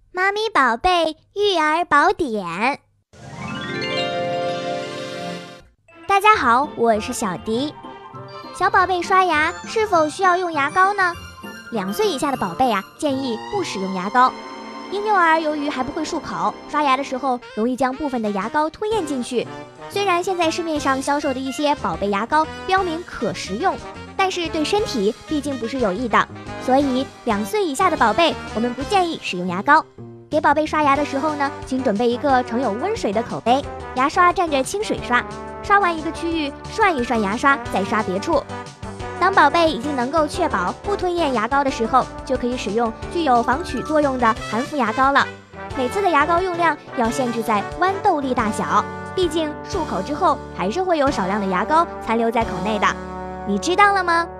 妈咪宝贝育儿宝典。大家好，我是小迪。小宝贝刷牙是否需要用牙膏呢？2岁以下的宝贝建议不使用牙膏。婴幼儿由于还不会漱口，刷牙的时候容易将部分的牙膏吞咽进去。虽然现在市面上销售的一些宝贝牙膏标明可食用，但是对身体毕竟不是有益的，所以2岁以下的宝贝我们不建议使用牙膏。给宝贝刷牙的时候呢，请准备一个盛有温水的口杯，牙刷蘸着清水刷，刷完一个区域涮一涮牙刷，再刷别处。当宝贝已经能够确保不吞咽牙膏的时候，就可以使用具有防龋作用的含氟牙膏了。每次的牙膏用量要限制在豌豆粒大小，毕竟漱口之后还是会有少量的牙膏残留在口内的。你知道了吗？